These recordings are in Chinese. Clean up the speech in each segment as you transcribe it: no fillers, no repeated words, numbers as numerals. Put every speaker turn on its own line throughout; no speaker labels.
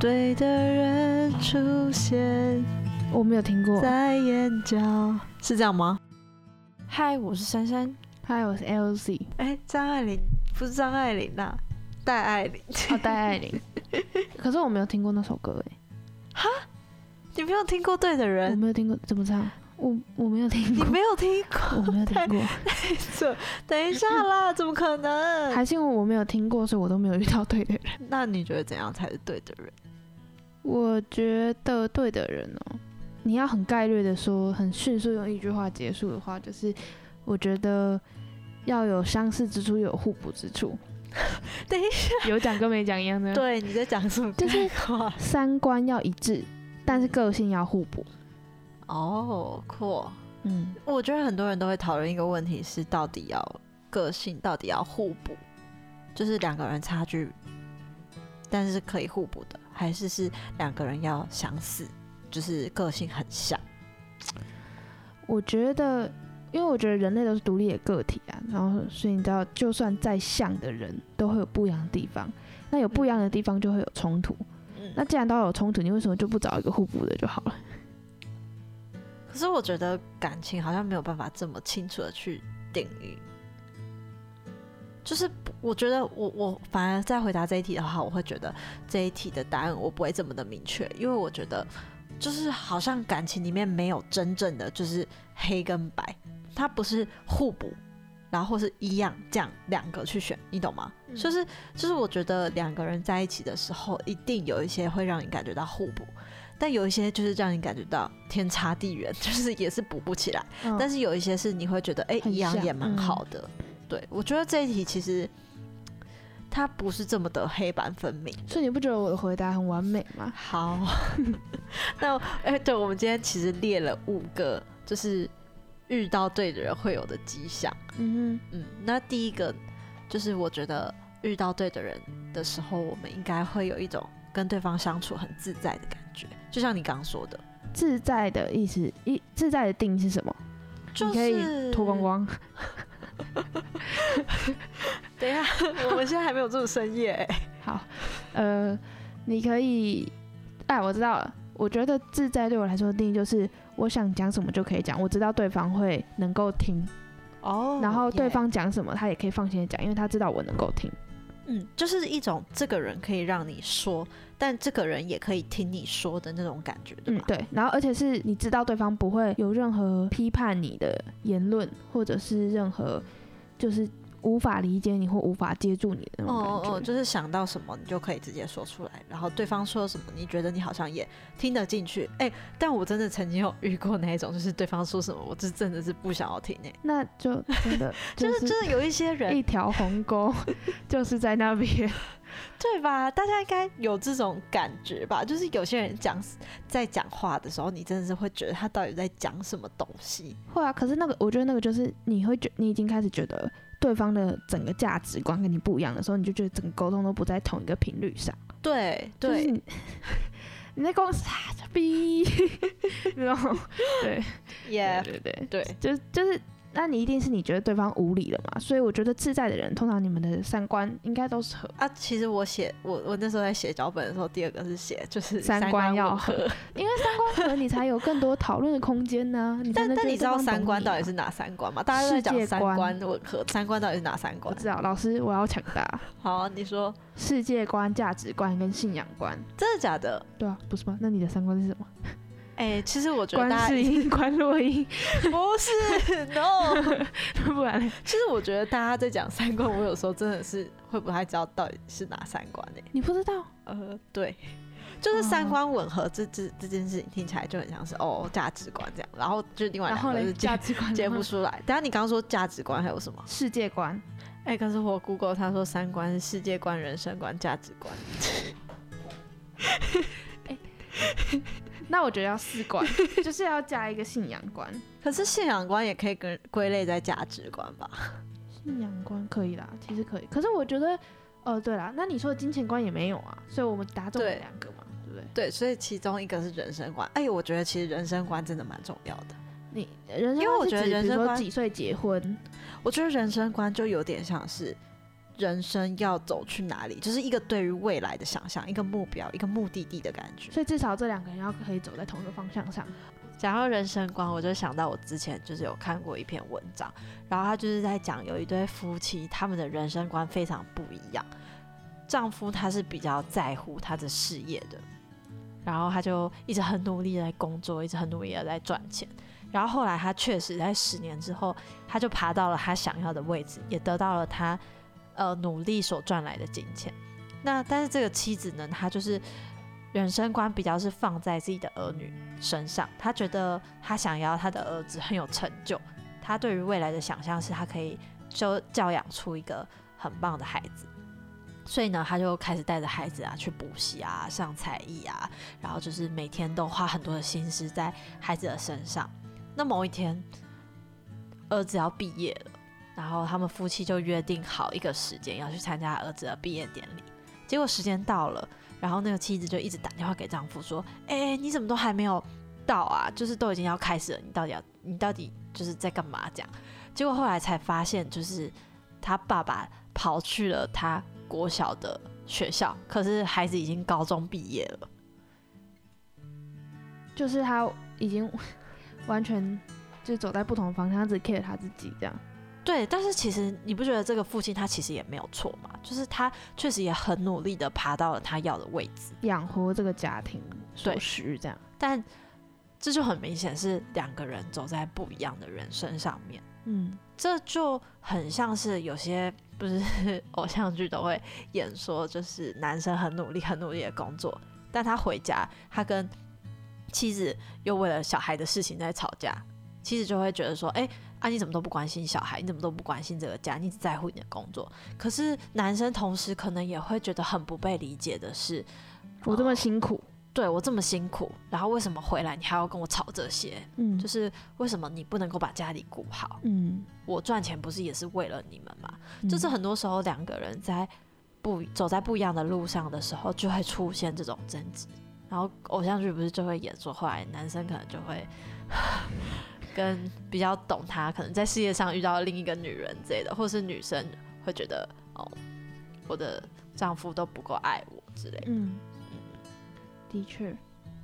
对的人出现，
我没有听过。
在眼角，是这样吗？
嗨，我是珊珊。
嗨，我是 LC。
张爱玲不是张爱玲啦，戴爱玲。
哦，戴爱玲。可是我没有听过那首歌
哈？你没有听过《对的人》？
我没有听过，怎么唱？我没有听过。
你没有听过？
我没有听过。
等一下啦，怎么可能？
还是因为我没有听过，所以我都没有遇到对的人。
那你觉得怎样才是对的人？
我觉得对的人哦，你要很概略的说，很迅速用一句话结束的话，就是我觉得要有相似之处，又有互补之处。
等一下，
有讲跟没讲一样的。
对，你在讲什么？
就是三观要一致，但是个性要互补。
哦，酷。我觉得很多人都会讨论一个问题是，到底要个性，到底要互补，就是两个人差距，但是可以互补的，还是两个人要相似，就是个性很像。
我觉得，因为我觉得人类都是独立的个体啊，然后所以你知道，就算再像的人，都会有不一样的地方。那有不一样的地方，就会有冲突。那既然都有冲突，你为什么就不找一个互补的就好了？
可是我觉得感情好像没有办法这么清楚的去定义。就是我觉得我反而在回答这一题的话，我会觉得这一题的答案我不会这么的明确，因为我觉得就是好像感情里面没有真正的就是黑跟白，它不是互补，然后或是一样这样两个去选，你懂吗？就是我觉得两个人在一起的时候，一定有一些会让你感觉到互补，但有一些就是让你感觉到天差地远，就是也是补不起来。但是有一些是你会觉得一样也蛮好的。对，我觉得这一题其实它不是这么的黑白分明。
所以你不觉得我的回答很完美吗？
好，那对，我们今天其实列了5个，就是遇到对的人会有的迹象。那第一个就是我觉得遇到对的人的时候，我们应该会有一种跟对方相处很自在的感觉，就像你刚刚说的。
自在的意思，自在的定义是什么？
就是
你可以脱光光。
等一下，我们现在还没有这么深夜。
好，你可以，我知道了。我觉得自在对我来说的定义就是，我想讲什么就可以讲，我知道对方会能够听。然后对方讲什么，他也可以放心的讲，因为他知道我能够听。
就是一种这个人可以让你说，但这个人也可以听你说的那种感觉，对吧？
对。然后而且是你知道对方不会有任何批判你的言论，或者是任何就是无法理解你或无法接住你的那种感觉。
就是想到什么你就可以直接说出来，然后对方说什么你觉得你好像也听得进去。但我真的曾经有遇过那一种，就是对方说什么我就真的是不想要听。
那就真的
就是真的有一些人
一条鸿沟就是在那边。
对吧？大家应该有这种感觉吧？就是有些人在讲话的时候，你真的是会觉得他到底在讲什么东西。
会啊，可是我觉得那个就是你已经开始觉得对方的整个价值观跟你不一样的时候，你就觉得整个沟通都不在同一个频率上。
对，
就是你在公司逼，然后对，对，就是那你一定是你觉得对方无理了嘛？所以我觉得自在的人，通常你们的三观应该都是合
啊。其实我那时候在写脚本的时候，第2个是写就是
三观要合，因为三观合你才有更多讨论的空间呢。
但你知道三观到底是哪3观吗？大家都在讲三观吻合，三观到底是哪3观？
我知道，老师我要抢答。
好，你说。
世界观、价值观跟信仰观。
真的假的？
对啊，不是吗？那你的三观是什么？
其实我觉得
观世音、观落阴，
不是 ，no，
不然嘞。
其实我觉得大家在讲三观，我有时候真的是会不太知道到底是哪3观呢？
你不知道？
对，就是三观吻合这件事情听起来就很像是价值观这样，然后就另外2个是
价值观
接不出来。等一下你刚刚说价值观还有什么？
世界观。
可是我 Google 他说三观是世界观、人生观、价值观。
那我觉得要4观，就是要加一个信仰观。
可是信仰观也可以归类在价值观吧？
信仰观可以啦，其实可以。可是我觉得，对啦，那你说的金钱观也没有啊，所以我们答中了2个嘛，对不对？
对，所以其中一个是人生观。我觉得其实人生观真的蛮重要的。
人生观是指比如说几岁结婚？
我觉得人生观就有点像是人生要走去哪里，就是一个对于未来的想象，一个目标，一个目的地的感觉。
所以至少这两个人要可以走在同一个方向上。
讲到人生观，我就想到我之前就是有看过一篇文章，然后他就是在讲有一对夫妻，他们的人生观非常不一样。丈夫他是比较在乎他的事业的，然后他就一直很努力的在工作，一直很努力的在赚钱。然后后来他确实在10年之后，他就爬到了他想要的位置，也得到了他努力所赚来的金钱。但是这个妻子呢，她就是人生观比较是放在自己的儿女身上，他觉得他想要他的儿子很有成就，他对于未来的想象是他可以就教养出一个很棒的孩子，所以呢，他就开始带着孩子啊去补习啊、上才艺啊，然后就是每天都花很多的心思在孩子的身上。那某一天，儿子要毕业了，然后他们夫妻就约定好一个时间要去参加儿子的毕业典礼。结果时间到了，然后那个妻子就一直打电话给丈夫说：“你怎么都还没有到啊？就是都已经要开始了，你到底就是在干嘛？”这样，结果后来才发现，就是他爸爸跑去了他国小的学校，可是孩子已经高中毕业了，
就是他已经完全就走在不同的方向，他只 care 他自己这样。
对，但是其实你不觉得这个父亲他其实也没有错嘛？就是他确实也很努力的爬到了他要的位置，
养活这个家庭所需这样。
但这就很明显是两个人走在不一样的人生上面。这就很像是有些不是偶像剧都会演说，就是男生很努力的工作，但他回家，他跟妻子又为了小孩的事情在吵架，妻子就会觉得说，你怎么都不关心小孩，你怎么都不关心这个家，你只在乎你的工作。可是男生同时可能也会觉得很不被理解的是，
我这么辛苦，
对，我这么辛苦，然后为什么回来你还要跟我吵这些？就是为什么你不能够把家里顾好？我赚钱不是也是为了你们吗？就是很多时候两个人在走在不一样的路上的时候，就会出现这种争执。然后偶像剧不是就会演说，后来男生可能就会跟比较懂他，可能在事业上遇到另一个女人之类的，或是女生会觉得我的丈夫都不够爱我之类的。
的确，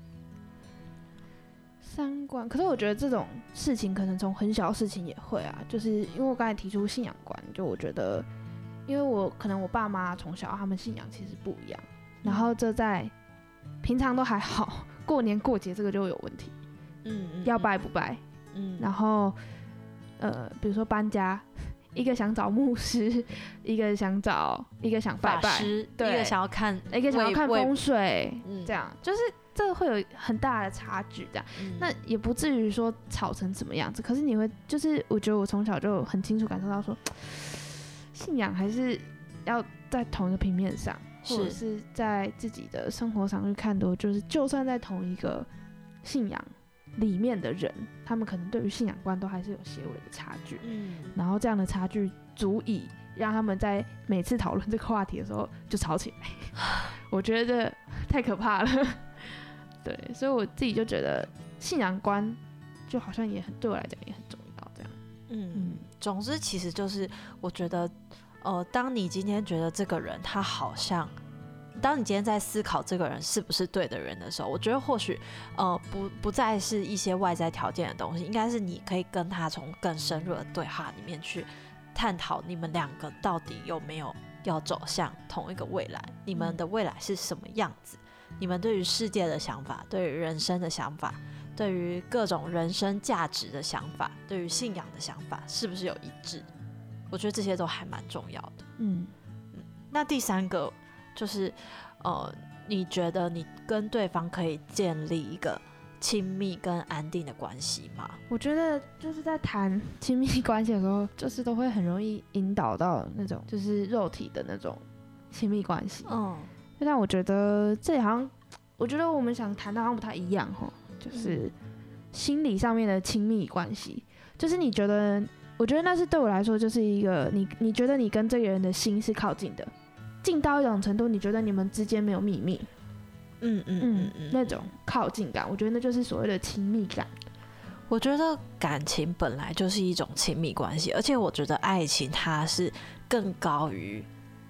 三观。可是我觉得这种事情可能从很小的事情也会啊，就是因为我刚才提出信仰观，就我觉得，因为可能我爸妈从小他们信仰其实不一样，然后这在平常都还好，过年过节这个就有问题。要拜不拜？然后比如说搬家，一个想找牧师，一个想拜拜，对，
一个想要看
风水，这样就是这个会有很大的差距，这样。那也不至于说吵成什么样子，可是你会就是我觉得我从小就很清楚感受到说，信仰还是要在同一个平面上，或者是在自己的生活上去看多，就是就算在同一个信仰里面的人，他们可能对于信仰观都还是有些微的差距。然后这样的差距足以让他们在每次讨论这个话题的时候就吵起来。我觉得太可怕了。对，所以我自己就觉得信仰观就好像也很对我来讲也很重要，这样。
总之其实就是我觉得，当你今天觉得这个人他好像。当你今天在思考这个人是不是对的人的时候，我觉得或许不再是一些外在条件的东西，应该是你可以跟他从更深入的对话里面去探讨你们两个到底有没有要走向同一个未来，你们的未来是什么样子，你们对于世界的想法，对于人生的想法，对于各种人生价值的想法，对于信仰的想法是不是有一致，我觉得这些都还蛮重要的。那第三个就是你觉得你跟对方可以建立一个亲密跟安定的关系吗？我
觉得就是在谈亲密关系的时候，就是都会很容易引导到那种就是肉体的那种亲密关系。但我觉得这也好像，我觉得我们想谈的好像不太一样齁，就是心理上面的亲密关系，就是你觉得，我觉得那是对我来说就是一个你觉得你跟这个人的心是靠近的。近到一种程度，你觉得你们之间没有秘密，那种靠近感，我觉得那就是所谓的亲密感。
我觉得感情本来就是一种亲密关系，而且我觉得爱情它是更高于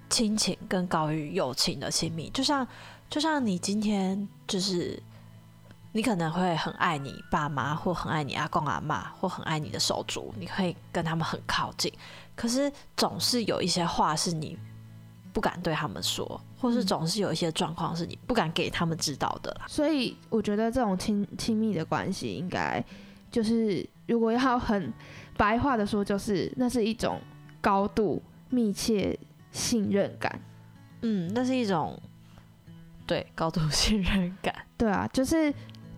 亲情更高于友情的亲密。就像你今天就是你可能会很爱你爸妈，或很爱你阿公阿嬷，或很爱你的手足，你可以跟他们很靠近。可是总是有一些话是你不敢对他们说，或是总是有一些状况是你不敢给他们知道的啦。
所以我觉得这种亲密的关系，应该就是如果要很白话的说，就是那是一种高度密切信任感。
那是一种对高度信任感。
对啊，就是，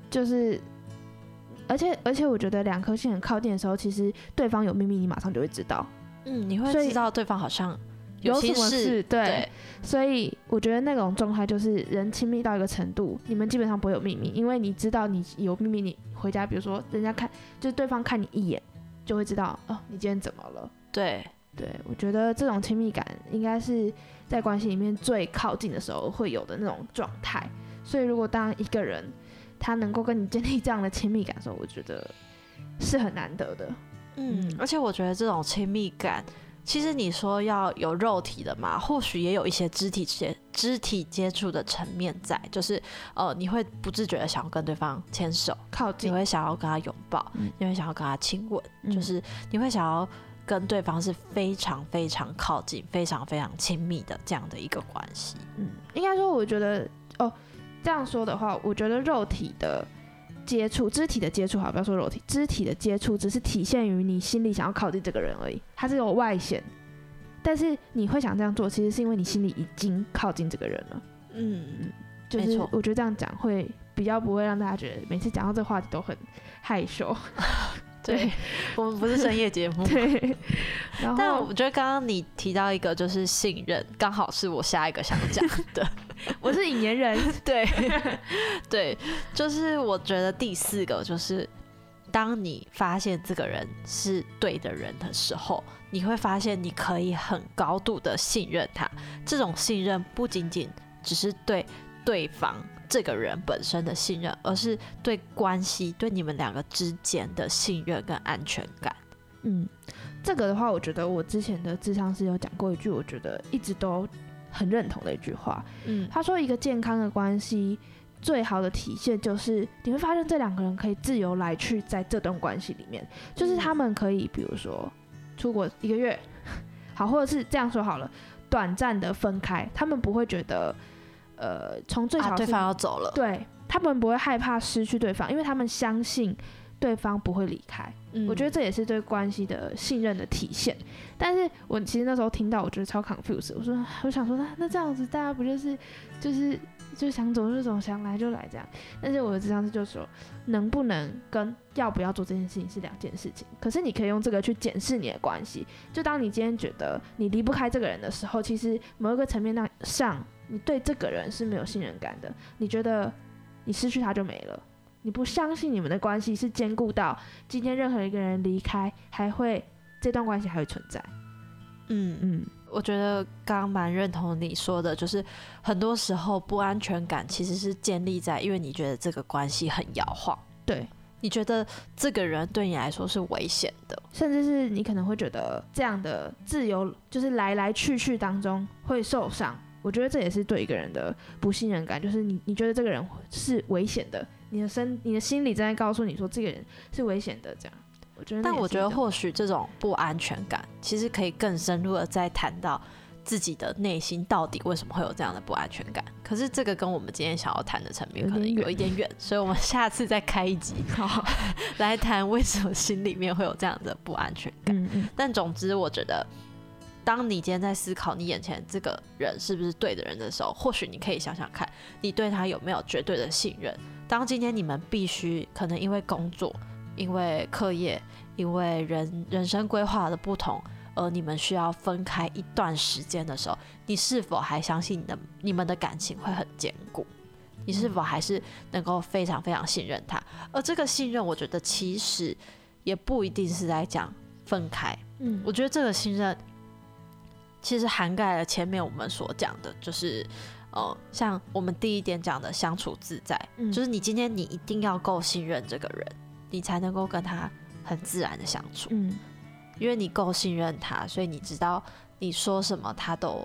而且我觉得两颗心很靠近的时候，其实对方有秘密，你马上就会知道。
你会知道对方好像
有什么事，
对，
所以我觉得那种状态就是人亲密到一个程度，你们基本上不会有秘密，因为你知道你有秘密，你回家，比如说人家看，就是对方看你一眼，就会知道哦，你今天怎么了。
对，
我觉得这种亲密感应该是在关系里面最靠近的时候会有的那种状态。所以如果当一个人他能够跟你建立这样的亲密感的时候，我觉得是很难得的。
而且我觉得这种亲密感，其实你说要有肉体的嘛，或许也有一些肢体接触的层面在，就是你会不自觉的想要跟对方牵手
靠近，
你会想要跟他拥抱，你会想要跟他亲吻，就是你会想要跟对方是非常非常靠近、非常非常亲密的这样的一个关系。
应该说我觉得这样说的话，我觉得肉体的接触、肢体的接触，好，不要说肉体，肢体的接触只是体现于你心里想要靠近这个人而已，它是有外显。但是你会想这样做，其实是因为你心里已经靠近这个人了。就是我觉得这样讲会比较不会让大家觉得每次讲到这个话题都很害羞。
对，我们不是深夜节目。
对，
但我觉得刚刚你提到一个就是信任，刚好是我下一个想讲的。
我是引言人。
对，就是我觉得第四个就是当你发现这个人是对的人的时候，你会发现你可以很高度的信任他。这种信任不仅仅只是对对方这个人本身的信任，而是对关系、对你们两个之间的信任跟安全感。
这个的话，我觉得我之前的諮商师有讲过一句，我觉得一直都很认同的一句话。他说，一个健康的关系最好的体现就是你会发现这两个人可以自由来去在这段关系里面，就是他们可以比如说出国1个月，好，或者是这样说好了，短暂的分开，他们不会觉得从最小
对方要走了，
对，他们不会害怕失去对方，因为他们相信对方不会离开。我觉得这也是对关系的信任的体现。但是我其实那时候听到，我觉得超 confused。我想说，那这样子大家不就想走就走，想来就来这样。但是我的諮商师就说，能不能跟要不要做这件事情是2件事情。可是你可以用这个去检视你的关系。就当你今天觉得你离不开这个人的时候，其实某一个层面上，你对这个人是没有信任感的。你觉得你失去他就没了。你不相信你们的关系是坚固到今天任何一个人离开，这段关系还会存在。
我觉得刚刚蛮认同你说的，就是很多时候不安全感其实是建立在因为你觉得这个关系很摇晃，
对，
你觉得这个人对你来说是危险的，
甚至是你可能会觉得这样的自由就是来来去去当中会受伤。我觉得这也是对一个人的不信任感，就是你觉得这个人是危险的，你的心里正在告诉你说这个人是危险的，这样。
但我觉得或许这种不安全感其实可以更深入的再谈到自己的内心到底为什么会有这样的不安全感。可是这个跟我们今天想要谈的层面可能有一点远，所以我们下次再开一集来谈为什么心里面会有这样的不安全感。但总之我觉得当你今天在思考你眼前这个人是不是对的人的时候，或许你可以想想看你对他有没有绝对的信任。当今天你们必须可能因为工作，因为课业，因为人生规划的不同，而你们需要分开一段时间的时候，你是否还相信你们的感情会很坚固？你是否还是能够非常非常信任他？而这个信任，我觉得其实也不一定是在讲分开。我觉得这个信任其实涵盖了前面我们所讲的，就是像我们第一点讲的相处自在，就是你今天你一定要够信任这个人，你才能够跟他很自然的相处。因为你够信任他，所以你知道你说什么他都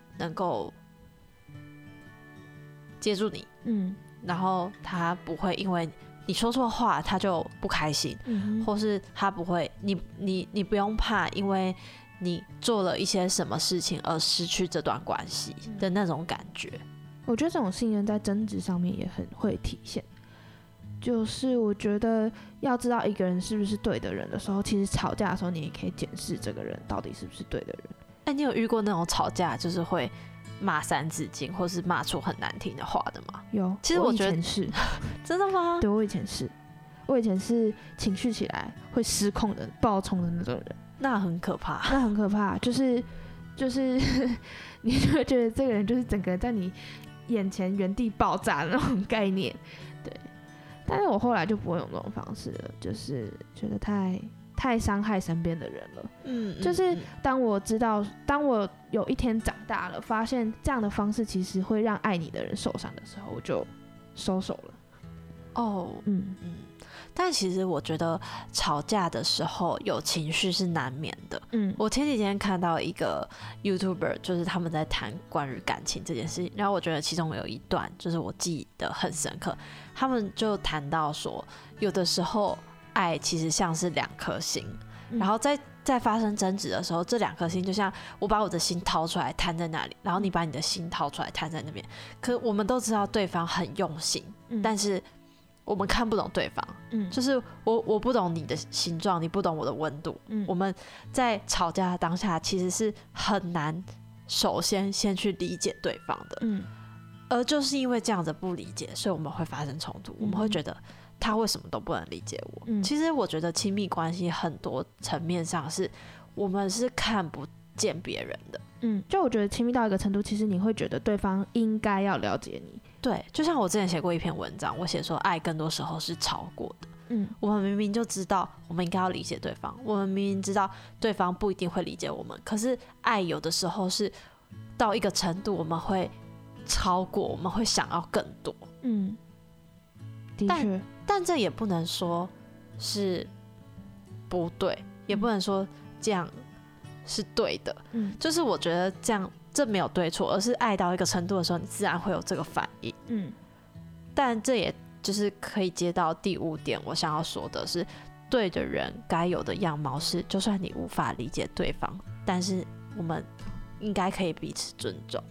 能够接住你，然后他不会因为你说错话他就不开心，或是他不会，你不用怕，因为你做了一些什么事情而失去这段关系的那种感觉。
我觉得这种信任在争执上面也很会体现。就是我觉得要知道一个人是不是对的人的时候，其实吵架的时候你也可以检视这个人到底是不是对的人。
你有遇过那种吵架就是会骂三字经或是骂出很难听的话的吗？
有，
其实我觉得
以前是
真的吗？
对，我以前是情绪起来会失控的暴冲的那种人。
那很可怕，
那很可怕，就是你就会觉得这个人就是整个在你眼前原地爆炸的那种概念，对。但是我后来就不会用这种方式了，就是觉得太伤害身边的人了。就是当我有一天长大了，发现这样的方式其实会让爱你的人受伤的时候，我就收手了。
但其实我觉得吵架的时候有情绪是难免的。我前几天看到一个 YouTuber， 就是他们在谈关于感情这件事情，然后我觉得其中有一段就是我记得很深刻，他们就谈到说，有的时候爱其实像是2颗心，然后在发生争执的时候，这2颗心就像我把我的心掏出来摊在那里，然后你把你的心掏出来摊在那边，可我们都知道对方很用心，但是我们看不懂对方，就是我不懂你的形状，你不懂我的温度，我们在吵架的当下其实是很难首先去理解对方的，而就是因为这样子不理解，所以我们会发生冲突，我们会觉得他为什么都不能理解我。其实我觉得亲密关系很多层面上是我们是看不见别人的，
就我觉得亲密到一个程度，其实你会觉得对方应该要了解你。
对，就像我之前写过一篇文章，我写说爱更多时候是吵过的。我们明明就知道我们应该要理解对方，我们明明知道对方不一定会理解我们，可是爱有的时候是到一个程度，我们会超过，我们会想要更多。
的确，
但这也不能说是不对，也不能说这样是对的。就是我觉得这没有对错，而是爱到一个程度的时候，你自然会有这个反应。但这也就是可以接到第5点，我想要说的是，对的人该有的样貌是，就算你无法理解对方，但是我们应该可以彼此尊重。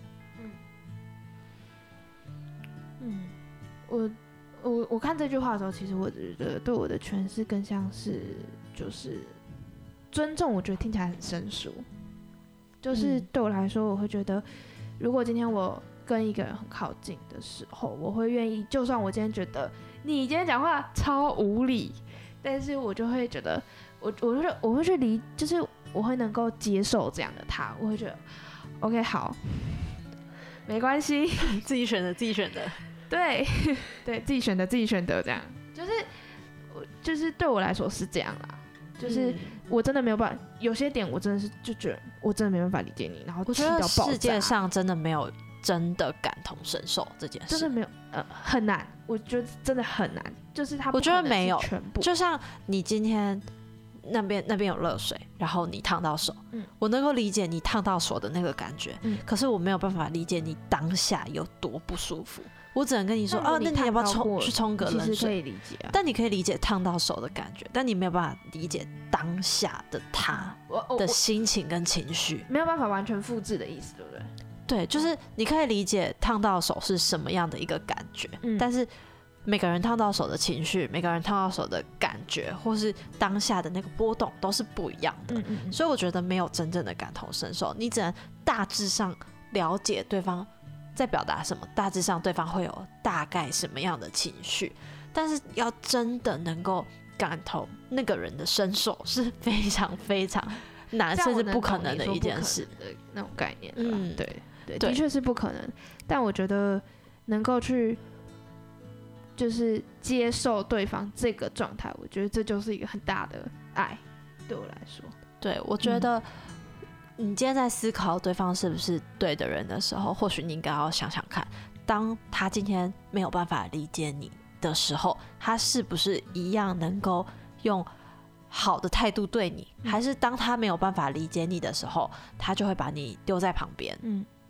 我看这句话的时候，其实我觉得对我的诠释更像是就是尊重，我觉得听起来很生疏。就是对我来说，我会觉得，如果今天我跟一个人很靠近的时候，我会愿意，就算我今天觉得你今天讲话超无理，但是我就会觉得，我会去就是我会能够接受这样的他，我会觉得 OK 好，没关系，
自己选的，
对对，自己选的这样，就是对我来说是这样啦。就是我真的没有办法，有些点我真的是就觉得我真的没办法理解你，然后气到爆炸。我觉得
世界上真的没有真的感同身受这件事，
真的没有，很难。我觉得真的很难，就是他
我觉得没有
全部。
就像你今天那边有热水，然后你烫到手，我能够理解你烫到手的那个感觉，可是我没有办法理解你当下有多不舒服。我只能跟你说，那你要不要去冲个冷水？
其实可以理解啊，
但你可以理解烫到手的感觉，但你没有办法理解当下的他的心情跟情绪，
没有办法完全复制的意思，对不对？
对，就是你可以理解烫到手是什么样的一个感觉，但是每个人烫到手的情绪，每个人烫到手的感觉，或是当下的那个波动都是不一样的，所以我觉得没有真正的感同身受，你只能大致上了解对方在表达什么，大致上对方会有大概什么样的情绪，但是要真的能够感同那个人的身受是非常非常难，甚至不可能的一件事
的那种概念。对，的确是不可能。但我觉得能够去就是接受对方这个状态，我觉得这就是一个很大的爱，对我来说。
对，我觉得你今天在思考对方是不是对的人的时候，或许你应该要想想看，当他今天没有办法理解你的时候，他是不是一样能够用好的态度对你，还是当他没有办法理解你的时候，他就会把你丢在旁边，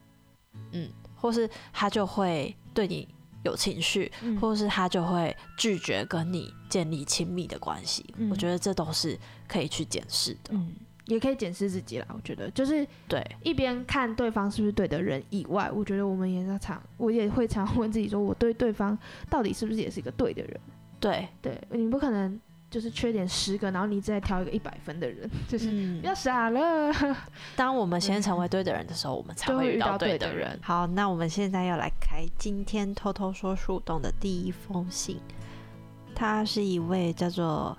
或是他就会对你有情绪，或是他就会拒绝跟你建立亲密的关系。我觉得这都是可以去检视的。
也可以检视自己啦。我觉得就是
对，
一边看对方是不是对的人以外，我觉得我也会常问自己说，我对对方到底是不是也是一个对的人？对，你不可能就是缺点10个，然后你再挑一个100分的人，就是不要傻了。
当我们先成为对的人的时候，我们才会遇到对的人。好，那我们现在要来开今天偷偷说树洞的第一封信，他是一位叫做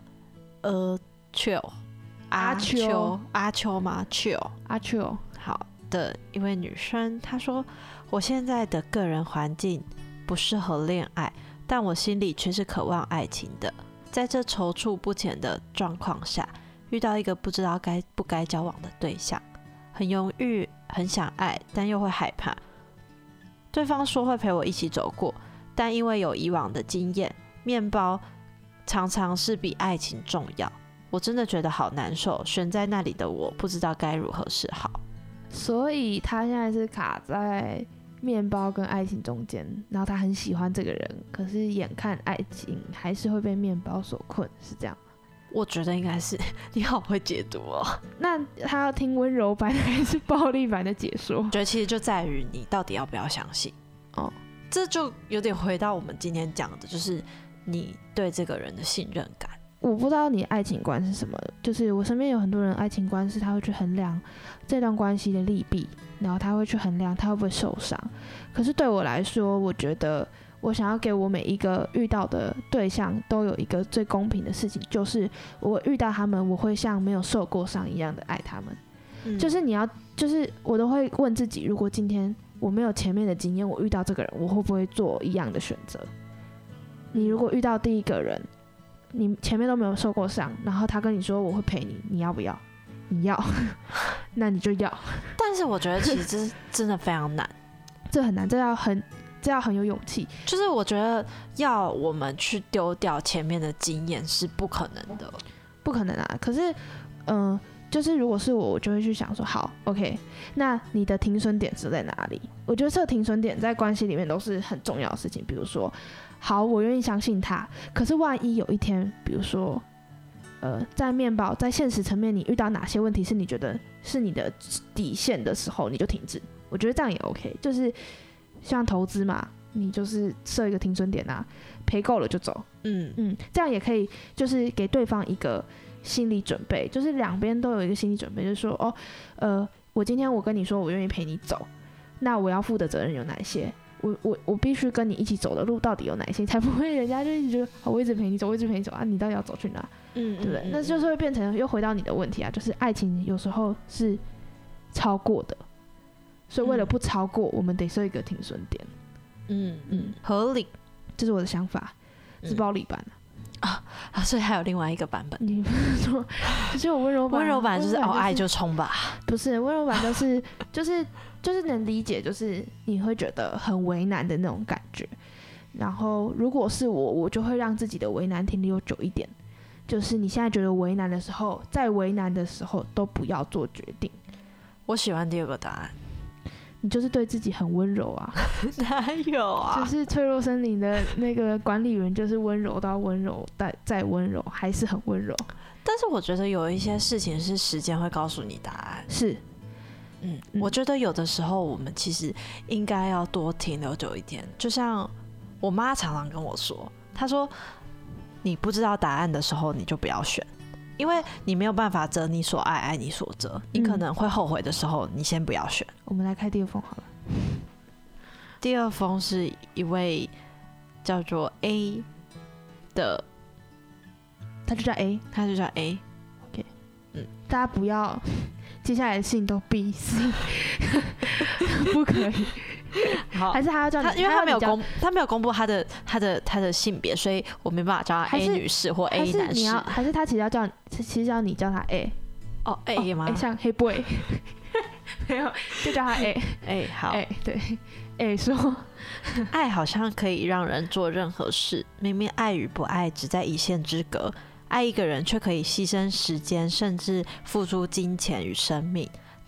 阿秋吗？
阿秋
好的一位女生，她说：“我现在的个人环境不适合恋爱，但我心里却是渴望爱情的。在这踌躇不前的状况下，遇到一个不知道该不该交往的对象，很犹豫，很想爱，但又会害怕。对方说会陪我一起走过，但因为有以往的经验，面包常常是比爱情重要。我真的觉得好难受，悬在那里的我不知道该如何是好。”
所以他现在是卡在面包跟爱情中间，然后他很喜欢这个人，可是眼看爱情还是会被面包所困，是这样吗？
我觉得应该是。你好会解读哦。
那他要听温柔版还是暴力版的解说？
我觉得其实就在于你到底要不要相信。这就有点回到我们今天讲的，就是你对这个人的信任感。
我不知道你爱情观是什么，就是我身边有很多人爱情观是他会去衡量这段关系的利弊，然后他会去衡量他会不会受伤。可是对我来说，我觉得我想要给我每一个遇到的对象都有一个最公平的事情，就是我遇到他们，我会像没有受过伤一样的爱他们。就是就是我都会问自己，如果今天我没有前面的经验，我遇到这个人，我会不会做一样的选择？你如果遇到第一个人，你前面都没有受过伤，然后他跟你说我会陪你，你要不要？你要，那你就要。
但是我觉得其实这真的非常难，
这很难，这要很有勇气。
就是我觉得要我们去丢掉前面的经验是不可能的，
不可能啊。可是，就是如果是我就会去想说，好 ，OK， 那你的停损点是在哪里？我觉得这个停损点在关系里面都是很重要的事情。比如说，好，我愿意相信他，可是万一有一天，比如说，在现实层面，你遇到哪些问题是你觉得是你的底线的时候，你就停止。我觉得这样也 OK， 就是像投资嘛，你就是设一个停损点啊，赔够了就走。这样也可以，就是给对方一个心理准备，就是两边都有一个心理准备，就是说，我今天我跟你说我愿意陪你走，那我要负的责任有哪些？我必须跟你一起走的路到底有哪些，才不会人家就一直觉得我一直陪你走，我一直陪你走啊，你到底要走去哪？对不对？那就是会变成又回到你的问题啊，就是爱情有时候是超过的，所以为了不超过，我们得设一个停损点。
合理，
这是我的想法，是暴力版
所以还有另外一个版本。
你不是说只有温柔版？
温柔版就是爱就冲吧。
不是，温柔版就是能理解，就是你会觉得很为难的那种感觉。然后如果是我就会让自己的为难停留久一点。就是你现在觉得为难的时候，在为难的时候都不要做决定。
我喜欢第二个答案。
你就是对自己很温柔啊。
哪有啊？
就是脆弱森林的那个管理员，就是温柔到温柔再温柔，还是很温柔。
但是我觉得有一些事情是时间会告诉你答案。
是，
我觉得有的时候我们其实应该要多停留久一点。就像我妈常常跟我说，她说你不知道答案的时候，你就不要选。因为你没有办法择你所爱，爱你所择，你可能会后悔的时候，你先不要选。
我们来开第二封好了。
第二封是一位叫做 A 的，
他就叫
A。OK，
大家不要接下来的信都 B、C， 不可以。
好，
还是他要叫你，
因为他没有公布他的性别，所以我没办法叫他 A 女士或 A 男士。
还是他其实要叫你叫他 A。
A 吗？
像黑 boy， 没有，就叫他 A。
好。
对。A 说，
爱好像可以让人做任何事，明明爱与不爱只在一线之隔，爱一个人却可以牺牲时间，甚至付出金钱与生命。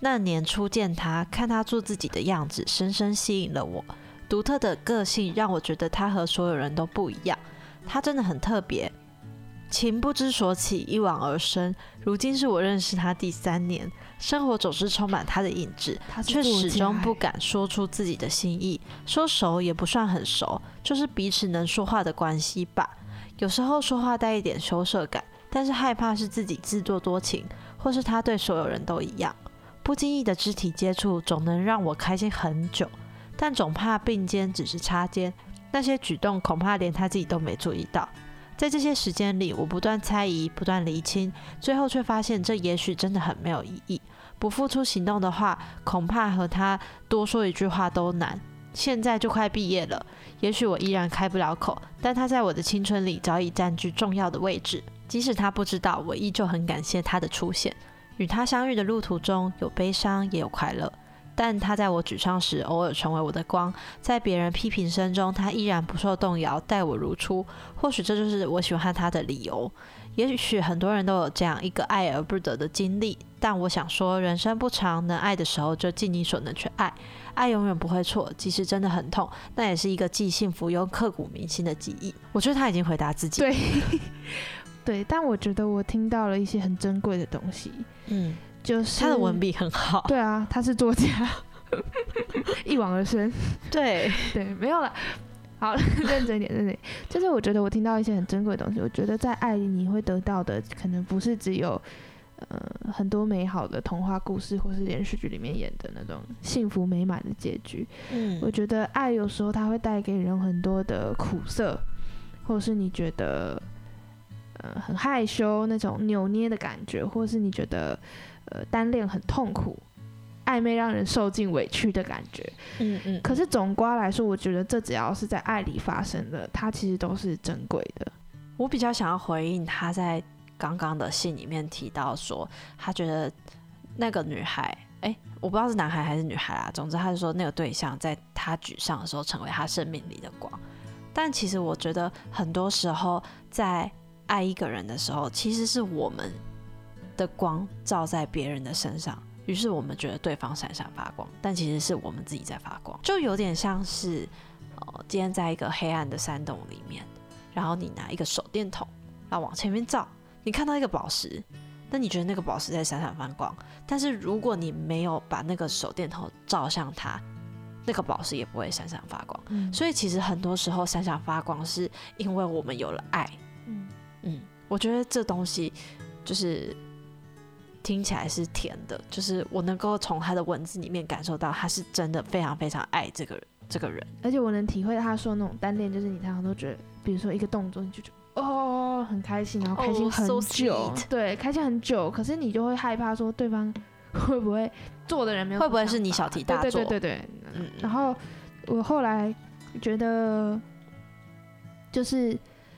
那年初见他，看他做自己的样子，深深吸引了我。独特的个性让我觉得他和所有人都不一样，他真的很特别。情不知所起，一往而深。如今是我认识他第3年，生活总是充满他的影子，却始终不敢说出自己的心意。说熟也不算很熟，就是彼此能说话的关系吧。有时候说话带一点羞涩感，但是害怕是自己自作多情，或是他对所有人都一样。不经意的肢体接触总能让我开心很久，但总怕并肩只是擦肩，那些举动恐怕连他自己都没注意到。在这些时间里，我不断猜疑，不断厘清，最后却发现这也许真的很没有意义。不付出行动的话，恐怕和他多说一句话都难。现在就快毕业了，也许我依然开不了口，但他在我的青春里早已占据重要的位置。即使他不知道，我依旧很感谢他的出现。与他相遇的路途中，有悲伤也有快乐，但他在我沮丧时偶尔成为我的光，在别人批评声中，他依然不受动摇，待我如初。或许这就是我喜欢他的理由。也许很多人都有这样一个爱而不得的经历，但我想说，人生不长，能爱的时候就尽你所能去爱。爱永远不会错，即使真的很痛，那也是一个既幸福又刻骨铭心的记忆。我觉得他已经回答自己。
对对，但我觉得我听到了一些很珍贵的东西。就是
他的文笔很好。
对啊，他是作家，一往而深。
对
对，没有了。好，认真一点，认真一点。就是我觉得我听到一些很珍贵的东西。我觉得在爱里你会得到的，可能不是只有很多美好的童话故事或是连续剧里面演的那种幸福美满的结局。我觉得爱有时候它会带给人很多的苦涩，或者是你觉得很害羞那种扭捏的感觉，或是你觉得单恋很痛苦，暧昧让人受尽委屈的感觉。可是总括来说，我觉得这只要是在爱里发生的，它其实都是珍贵的。
我比较想要回应他在刚刚的信里面提到说，他觉得那个女孩，我不知道是男孩还是女孩啊，总之他是说那个对象在他沮丧的时候成为他生命里的光。但其实我觉得很多时候在爱一个人的时候，其实是我们的光照在别人的身上，于是我们觉得对方闪闪发光，但其实是我们自己在发光。就有点像是今天在一个黑暗的山洞里面，然后你拿一个手电筒然后往前面照，你看到一个宝石，那你觉得那个宝石在闪闪发光，但是如果你没有把那个手电筒照向它，那个宝石也不会闪闪发光。所以其实很多时候闪闪发光是因为我们有了爱。我觉得这东西就是听起来是甜的，就是我能够从他的文字里面感受到他是真的非常非常爱这个人。
而且我能体会他说那种单恋，就是你常常都觉得，比如说一个动作你就觉得很开心，然后开心很久，对，开心很久，可是你就会害怕说对方会不会做的人没有，
会不会是你小题大做？
对。然后我后来觉得就是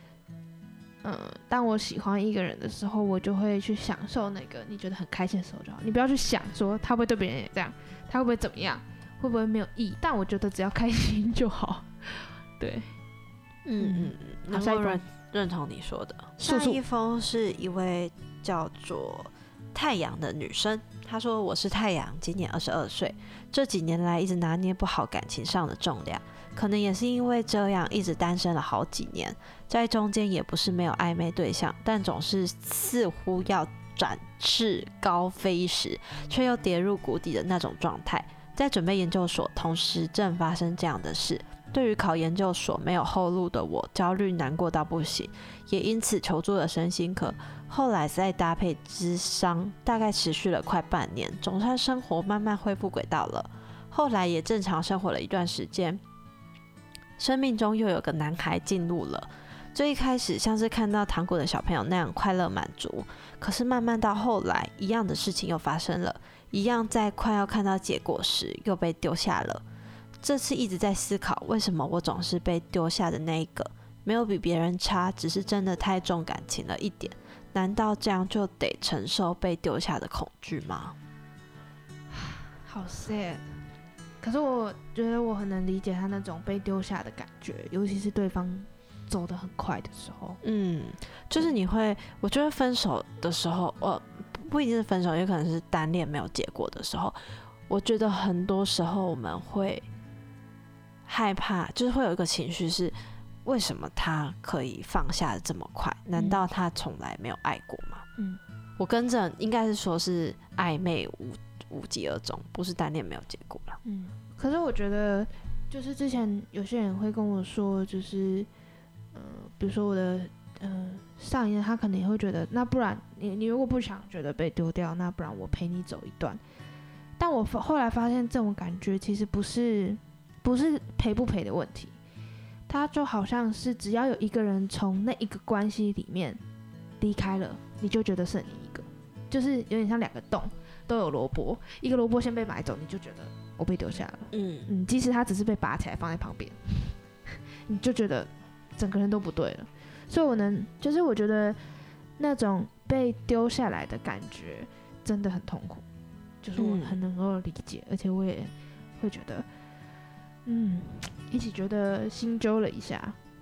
当我喜欢一个人的时候，我就会去享受那个你觉得很开心的时候就好。你不要去想说他会不会对别人也这样，他会不会怎么样，会不会没有意义。但我觉得只要开心就好。对，
能够认同你说的。下一封是一位叫做太阳的女生，她说：“我是太阳，今年22岁，这几年来一直拿捏不好感情上的重量。可能也是因为这样，一直单身了好几年，在中间也不是没有暧昧对象，但总是似乎要展翅高飞时，却又跌入谷底的那种状态。在准备研究所，同时正发生这样的事。对于考研究所没有后路的我，焦虑难过到不行，也因此求助了身心科。后来再搭配諮商，大概持续了快半年，总算生活慢慢恢复轨道了。后来也正常生活了一段时间。生命中又有个男孩进入了，最一开始像是看到糖果的小朋友那样快乐满足，可是慢慢到后来，一样的事情又发生了，一样在快要看到结果时又被丢下了。这次一直在思考，为什么我总是被丢下的那一个？没有比别人差，只是真的太重感情了一点。难道这样就得承受被丢下的恐惧吗？
好 sad。可是我觉得我很能理解他那种被丢下的感觉，尤其是对方走得很快的时候。
就是你会，我觉得分手的时候， 不一定是分手，也可能是单恋没有结果的时候，我觉得很多时候我们会害怕，就是会有一个情绪是，为什么他可以放下的这么快？难道他从来没有爱过吗？我跟着应该是说是暧昧无疾而终，不是单恋没有结果了。
可是我觉得，就是之前有些人会跟我说，就是比如说我的上一任，他可能也会觉得，那不然你如果不想觉得被丢掉，那不然我陪你走一段。但我后来发现，这种感觉其实不是陪不陪的问题，它就好像是只要有一个人从那一个关系里面离开了，你就觉得剩你一个，就是有点像两个洞都有萝卜，一个萝卜先被买走，你就觉得我被丢下了。即使他只是被拔起来放在旁边，你就觉得整个人都不对了。所以我觉得那种被丢下来的感觉真的很痛苦，就是我很能够理解，而且我也会觉得，一起觉得心揪了一下。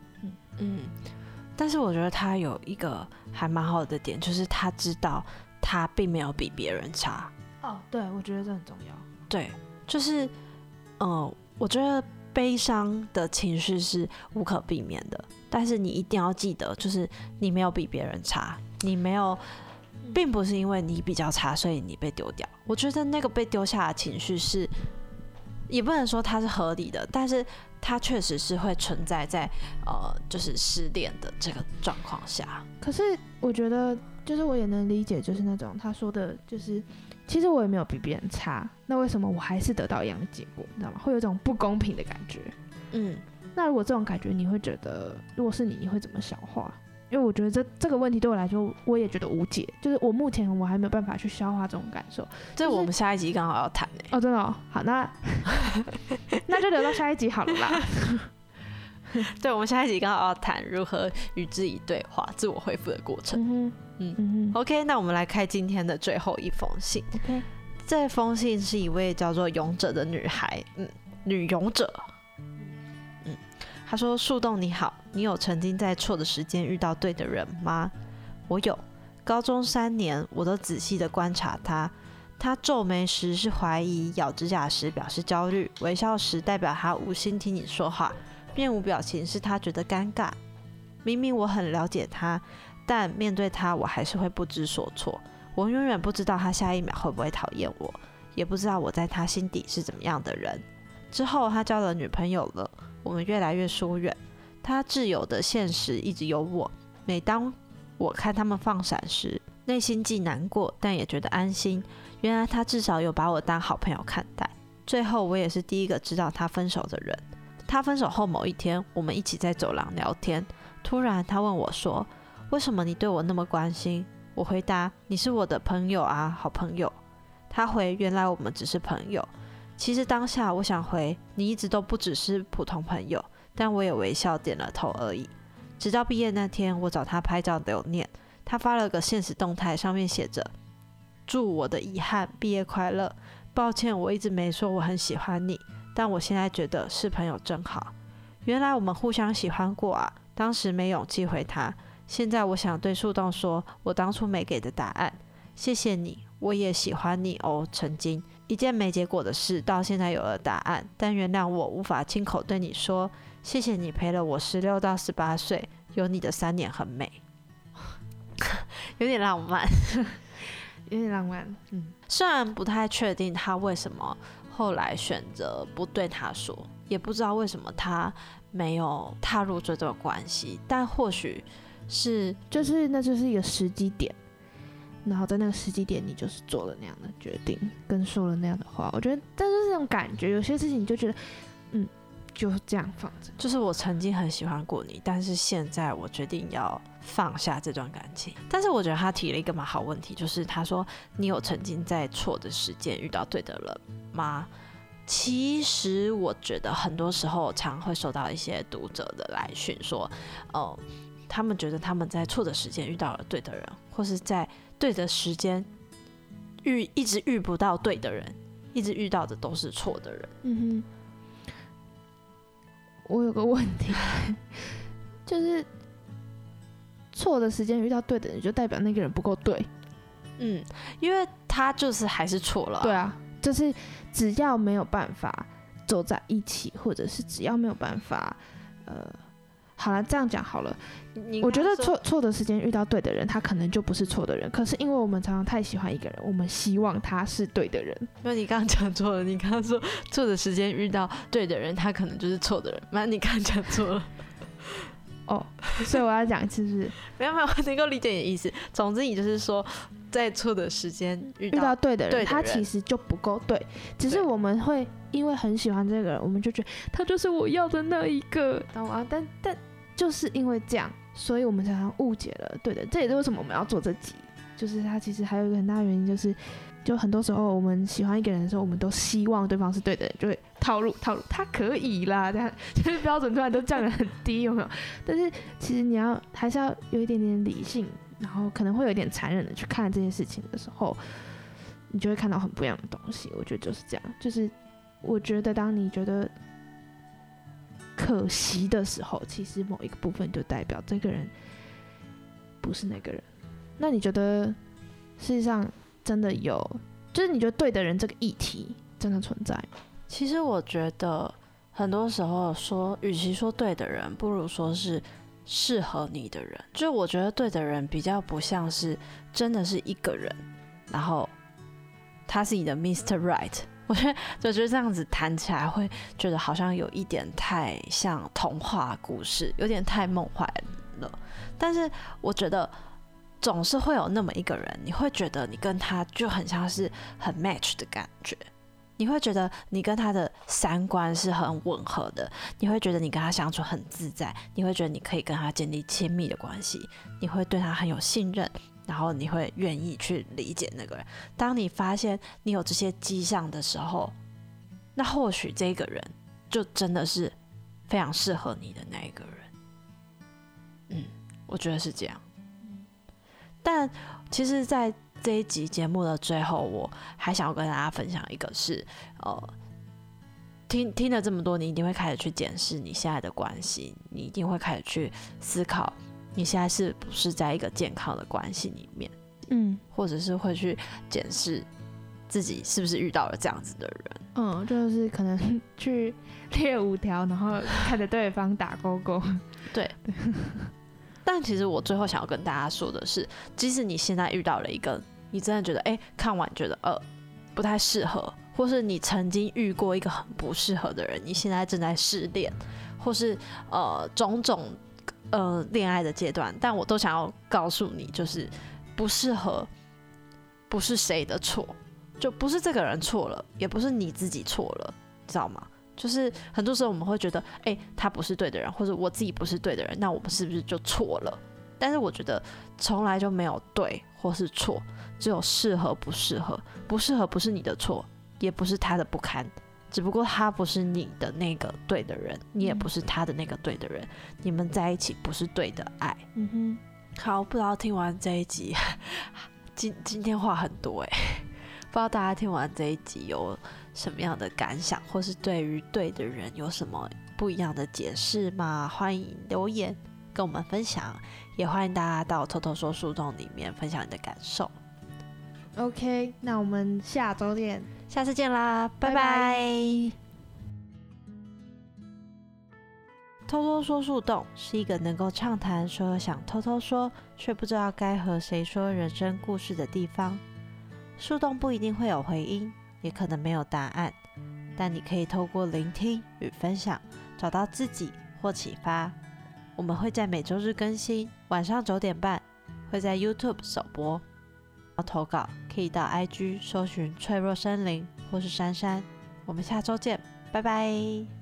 但是我觉得他有一个还蛮好的点，就是他知道他并没有比别人差。
对，我觉得这很重要。
对，就是我觉得悲伤的情绪是无可避免的，但是你一定要记得，就是你没有比别人差，你没有，并不是因为你比较差，所以你被丢掉。我觉得那个被丢下的情绪是，也不能说它是合理的，但是它确实是会存在在就是失恋的这个状况下。
可是我觉得，就是我也能理解，就是那种他说的，就是其实我也没有比别人差，那为什么我还是得到一样的结果？你知道吗？会有一种不公平的感觉。那如果这种感觉，你会觉得，如果是你会怎么消化？因为我觉得这个问题对我来说，我也觉得无解，就是我目前我还没有办法去消化这种感受。
这我们下一集刚好要谈
真的好，那就留到下一集好了啦。
对，我们下一集刚好要谈如何与自己对话、自我恢复的过程。OK， 那我们来开今天的最后一封信。这封信是一位叫做勇者的女孩，女勇者。她说：“树洞你好，你有曾经在错的时间遇到对的人吗？我有。高中3年，我都仔细的观察他。他皱眉时是怀疑，咬指甲时表示焦虑，微笑时代表他无心听你说话，面无表情是他觉得尴尬。明明我很了解他，但面对他我还是会不知所措。我永远不知道他下一秒会不会讨厌我，也不知道我在他心底是怎么样的人。之后他交了女朋友了，我们越来越疏远。他挚友的现实一直有我，每当我看他们放闪时，内心既难过，但也觉得安心。原来他至少有把我当好朋友看待。最后我也是第一个知道他分手的人。他分手后某一天，我们一起在走廊聊天，突然他问我说：为什么你对我那么关心？我回答：你是我的朋友啊，好朋友。他回：原来我们只是朋友。其实当下我想回：你一直都不只是普通朋友，但我也微笑点了头而已。直到毕业那天，我找他拍照留念，他发了个限时动态，上面写着：祝我的遗憾毕业快乐。抱歉我一直没说我很喜欢你，但我现在觉得是朋友真好。原来我们互相喜欢过啊，当时没勇气回他。现在我想对树洞说，我当初没给的答案。谢谢你，我也喜欢你哦。曾经一件没结果的事，到现在有了答案，但原谅我无法亲口对你说，谢谢你陪了我16到18岁，有你的3年很美。有点浪漫。
有点浪漫。
虽然不太确定他为什么后来选择不对他说，也不知道为什么他没有踏入这段关系，但或许是
那就是一个时机点，然后在那个时机点你就是做了那样的决定，跟说了那样的话。我觉得这就是这种感觉，有些事情你就觉得就这样放着。
就是我曾经很喜欢过你，但是现在我决定要放下这段感情。但是我觉得他提了一个蛮好问题，就是他说你有曾经在错的时间遇到对的人吗？其实我觉得很多时候常会收到一些读者的来讯说，他们觉得他们在错的时间遇到了对的人，或是在对的时间一直遇不到对的人，一直遇到的都是错的人。
我有个问题，就是错的时间遇到对的人，就代表那个人不够对。
因为他就是还是错了。
对啊，就是只要没有办法走在一起，或者是只要没有办法，好了，这样讲好了。我觉得错的时间遇到对的人，他可能就不是错的人。可是因为我们常常太喜欢一个人，我们希望他是对的人。
因为你刚刚讲错了，你刚刚说错的时间遇到对的人，他可能就是错的人。妈，你刚刚讲错了。
哦，所以我要讲一次是不是？
没有，我能够理解你的意思。总之，你就是说，在错的时间遇到
对的人，他其实就不够对。只是我们会因为很喜欢这个人，我们就觉得他就是我要的那一个，懂吗？但就是因为这样，所以我们常常误解了对的。这也是为什么我们要做这集。就是他其实还有一个很大的原因，就很多时候我们喜欢一个人的时候，我们都希望对方是对的人，就会套路，他可以啦，这样就是标准突然都降得很低，有没有？但是其实你还是要有一点点理性，然后可能会有一点残忍的去看这件事情的时候，你就会看到很不一样的东西。我觉得就是这样，就是我觉得当你觉得可惜的时候，其实某一个部分就代表这个人不是那个人。那你觉得世界上真的有，就是你觉得对的人这个议题真的存在吗？
其实我觉得很多时候说，与其说对的人，不如说是适合你的人。就我觉得对的人比较不像是真的是一个人，然后他是你的 Mr. Right。我觉得这样子谈起来会觉得好像有一点太像童话故事，有点太梦幻了。但是我觉得总是会有那么一个人，你会觉得你跟他就很像是很 match 的感觉，你会觉得你跟他的三观是很吻合的，你会觉得你跟他相处很自在，你会觉得你可以跟他建立亲密的关系，你会对他很有信任，然后你会愿意去理解那个人。当你发现你有这些迹象的时候，那或许这个人就真的是非常适合你的那一个人。我觉得是这样。但其实在这一集节目的最后，我还想要跟大家分享一个是听了这么多，你一定会开始去检视你现在的关系，你一定会开始去思考你现在是不是在一个健康的关系里面，或者是会去检视自己是不是遇到了这样子的人。
就是可能去列5条，然后看着对方打勾勾。
对。但其实我最后想要跟大家说的是，即使你现在遇到了一个你真的觉得看完觉得不太适合，或是你曾经遇过一个很不适合的人，你现在正在失恋，或是种种恋爱的阶段，但我都想要告诉你，就是不适合不是谁的错，就不是这个人错了，也不是你自己错了，知道吗？就是很多时候我们会觉得他不是对的人，或者我自己不是对的人，那我们是不是就错了？但是我觉得从来就没有对或是错，只有适合不适合。不适合不是你的错，也不是他的不堪，只不过他不是你的那个对的人，你也不是他的那个对的人，你们在一起不是对的爱。好，不知道听完这一集今天话很多不知道大家听完这一集有什么样的感想，或是对于对的人有什么不一样的解释吗？欢迎留言跟我们分享，也欢迎大家到偷偷说树洞里面分享你的感受。
OK， 那我们下周见，
下次见啦，拜拜。偷偷说树洞是一个能够畅谈所有想偷偷说却不知道该和谁说人生故事的地方。树洞不一定会有回音，也可能没有答案，但你可以透过聆听与分享找到自己或启发。我们会在每周日更新，晚上9点半会在 YouTube 首播。要投稿可以到 IG 搜寻脆弱森林或是珊珊。我们下周见，拜拜。